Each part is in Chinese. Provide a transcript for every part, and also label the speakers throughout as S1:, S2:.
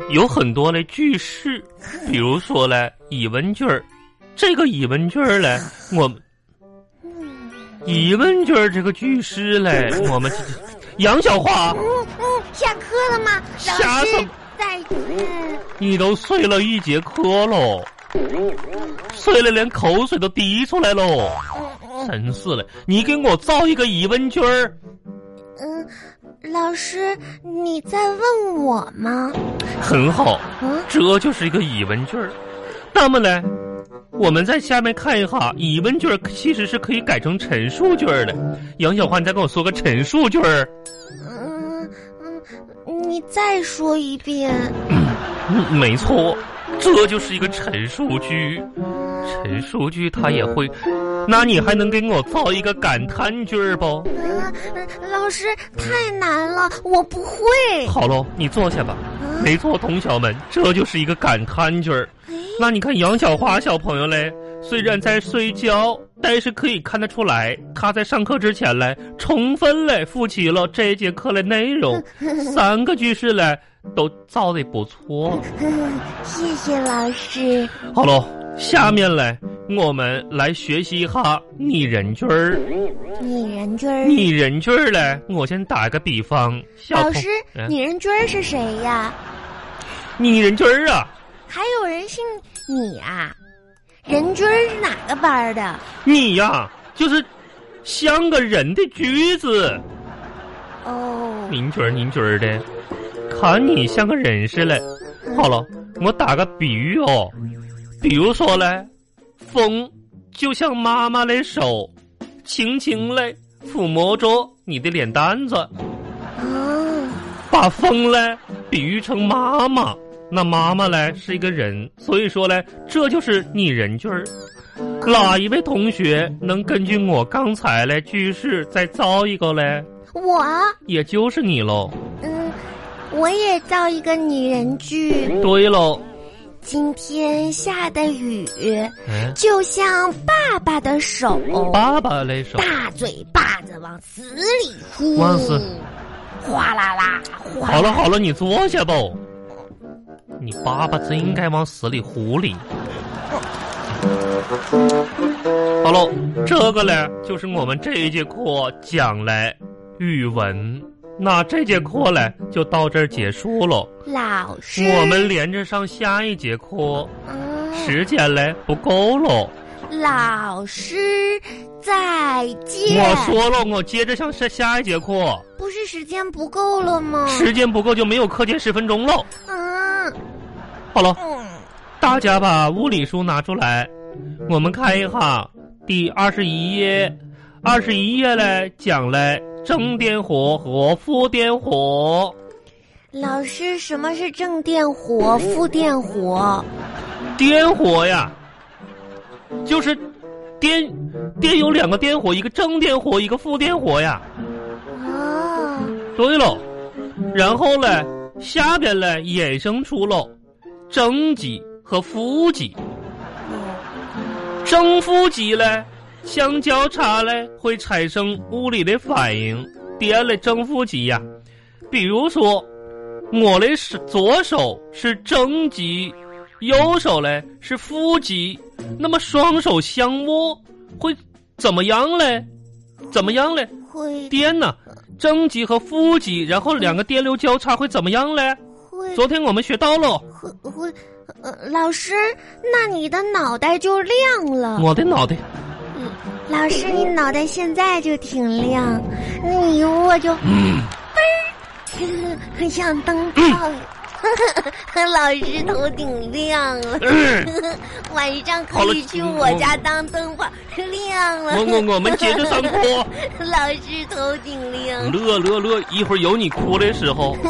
S1: 有很多的句式，比如说嘞疑问句儿，这个疑问句儿嘞，我们疑问句儿这个句式嘞，我们杨小花，
S2: 下课了吗？
S1: 下什么？
S2: 再见。
S1: 你都睡了一节课喽，睡了连口水都滴出来喽，真是的！你给我造一个疑问句儿。
S2: 老师，你在问我吗？
S1: 很好，这就是一个疑问句儿。那么呢，我们在下面看一下，疑问句儿其实是可以改成陈述句儿的。杨小花，你再跟我说个陈述句儿。
S2: 你再说一遍。
S1: 没错，这就是一个陈述句。陈述句它也会，那你还能给我造一个感叹句儿不？
S2: 老师，太难了，我不会。
S1: 好喽，你坐下吧。没错，同学们，这就是一个感叹句儿。那你看杨小花小朋友嘞，虽然在睡觉，但是可以看得出来，他在上课之前嘞，充分嘞复习了这节课的内容，3个句式嘞都造得不错。
S2: 谢谢老师。
S1: 好喽，下面嘞，我们来学习一下拟人句儿。
S2: 拟人句儿？
S1: 拟人句儿嘞，我先打个比方。
S2: 老师，拟人句儿是谁呀？
S1: 拟人句儿啊。
S2: 还有人姓你啊？人句儿是哪个班的？
S1: 你呀，就是像个人的句子。
S2: 哦，
S1: 您句儿的，看你像个人似的。好了，我打个比喻哦，比如说嘞，风就像妈妈的手，轻轻嘞抚摸着你的脸蛋子。把风嘞比喻成妈妈。那妈妈嘞是一个人，所以说嘞，这就是拟人句儿。哪一位同学能根据我刚才嘞句式再造一个嘞？
S2: 我，
S1: 也就是你喽。
S2: 我也造一个拟人句。
S1: 对喽。
S2: 今天下的雨，就像爸爸的手。
S1: 爸爸的手。
S2: 大嘴巴子往死里呼。
S1: 往死。
S2: 哗啦啦。
S1: 好了好了，你坐下吧。你爸爸真应该往死里呼哩。好喽，这个呢就是我们这一节课讲嘞语文。那这节课呢就到这儿结束了。
S2: 老师，
S1: 我们连着上下一节课，时间嘞不够了。
S2: 老师，再见。
S1: 我说了，我接着上下一节课。
S2: 不是时间不够了吗？
S1: 时间不够就没有课间10分钟了。好了，大家把物理书拿出来，我们看一下第21页。21页嘞讲嘞正电荷和负电荷。
S2: 老师，什么是正电荷、负电荷？
S1: 电荷呀，就是电有2个电荷，一个正电荷，一个负电荷呀。对了，然后呢，下边呢衍生出了正极和负极。正负极呢相交叉呢会产生物理的反应，电的正负极呀。比如说我的左手是正极，右手呢是负极，那么双手相握会怎么样嘞？会电呢，正极和负极，然后2个电流交叉会怎么样嘞？昨天我们学到了。
S2: 老师，那你的脑袋就亮了。
S1: 我的脑袋。
S2: 老师，你脑袋现在就挺亮，你一握就很像灯泡。老师头顶亮了，晚上可以去我家当灯泡，亮了。
S1: 我们接着上课。
S2: 老师头顶亮。
S1: 乐，一会儿有你哭的时候。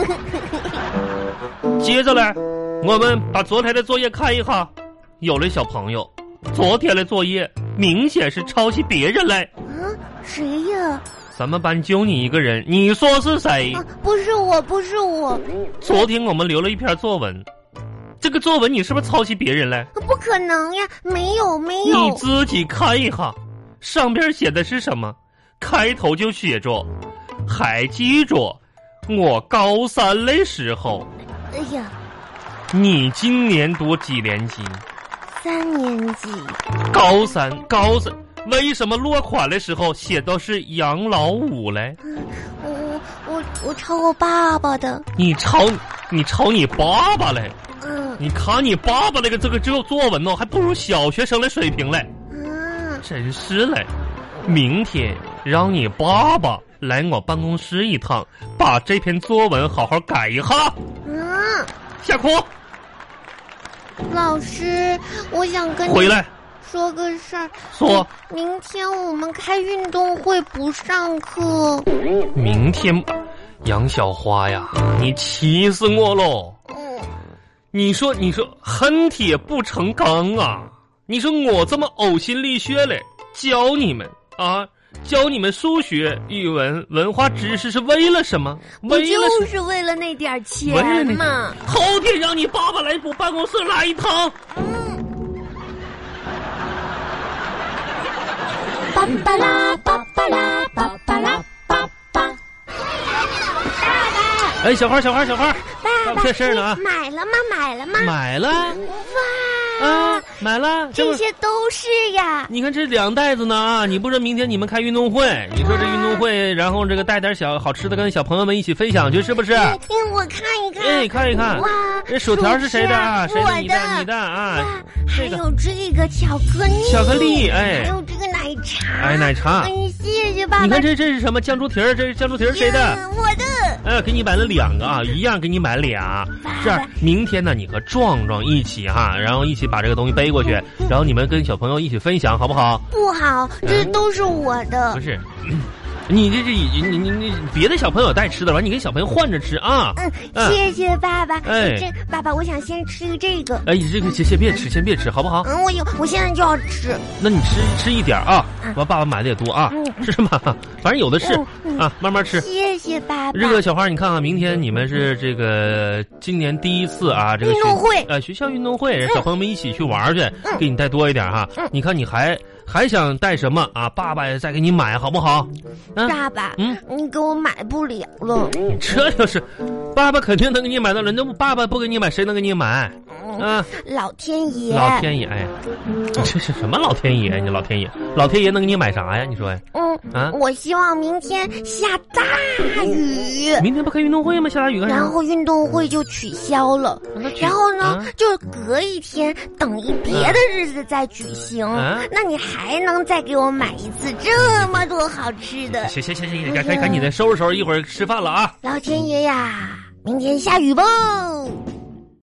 S1: 接着来，我们把昨天的作业看一下。有的小朋友，昨天的作业明显是抄袭别人嘞。
S2: 谁呀？
S1: 咱们班就你一个人，你说是谁？
S2: 不是我。
S1: 昨天我们留了一篇作文，这个作文你是不是抄袭别人嘞？
S2: 不可能呀，没有。
S1: 你自己看一下，上边写的是什么？开头就写着，还记着我高3的时候。
S2: 哎呀，
S1: 你今年读几年级
S2: ？3年级。
S1: 高三。为什么落款的时候写的是杨老五嘞？
S2: 我抄我爸爸的。
S1: 你抄你爸爸嘞？你看你爸爸这个作文哦，还不如小学生的水平嘞。真是嘞。明天让你爸爸来我办公室一趟，把这篇作文好好改一下。下课。
S2: 老师，我想跟你
S1: 回来
S2: 说个事儿。
S1: 说。
S2: 明天我们开运动会不上课。
S1: 明天，杨小花呀，你气死我喽！你说恨铁不成钢啊！你说我这么呕心沥血嘞，教你们啊，教你们数学、语文、文化知识是为了什么？
S2: 不就是为了那点钱吗？
S1: 后天让你爸爸来我办公室来一趟。
S2: 巴巴拉巴巴拉巴巴拉巴巴。爸爸。
S1: 哎，小花，
S2: 爸爸，
S1: 这事儿呢啊？
S2: 买了吗？
S1: 买了。
S2: 哇
S1: 啊，买了，
S2: 这些都是呀。
S1: 你看这2袋子呢啊！你不说明天你们开运动会，你说这运动会，然后这个带点好吃的跟小朋友们一起分享去，是不是？
S2: 我看一看。
S1: 哎，看一看。
S2: 哇，
S1: 这薯条是谁的啊？谁的？
S2: 你
S1: 的啊。
S2: 还有这个巧克力，
S1: 哎，
S2: 还有这个奶茶。
S1: 哎，奶茶。
S2: 谢谢爸爸。
S1: 你看这是什么酱猪蹄儿？这是酱猪蹄儿谁的？
S2: 我的。
S1: 给你买了2个啊，一样给你买俩。这样，明天呢，你和壮一起哈，然后一起把这个东西背过去，然后你们跟小朋友一起分享，好不好？
S2: 不好，这都是我的。
S1: 不是，你别的小朋友带吃的，完你跟小朋友换着吃啊。
S2: 谢谢爸爸。
S1: 哎，
S2: 爸爸，我想先吃这个。
S1: 哎，这个先别吃，好不好？
S2: 我现在就要吃。
S1: 那你吃一点啊，完爸爸买的也多啊，是吗？反正有的是啊，慢慢吃。
S2: 谢谢爸爸。
S1: 这个小花，你看看，明天你们是这个今年第一次啊，这个
S2: 运动会，
S1: 学校运动会，小朋友们一起去玩去，给你带多一点哈。你看你还想带什么啊？爸爸也再给你买，好不好？
S2: 爸爸，你给我买不了了。
S1: 这就是，爸爸肯定能给你买到了。那爸爸不给你买，谁能给你买？
S2: 老天爷，
S1: 哎，这是什么老天爷？你老天爷能给你买啥呀？你说呀？
S2: 我希望明天下大雨。
S1: 明天不开运动会吗？下大雨干啥？
S2: 然后运动会就取消了，然后呢，就隔一天等别的日子再举行。那你还能再给我买一次这么多好吃的？
S1: 行，赶紧的收拾，一会儿吃饭了啊！
S2: 老天爷呀，明天下雨不？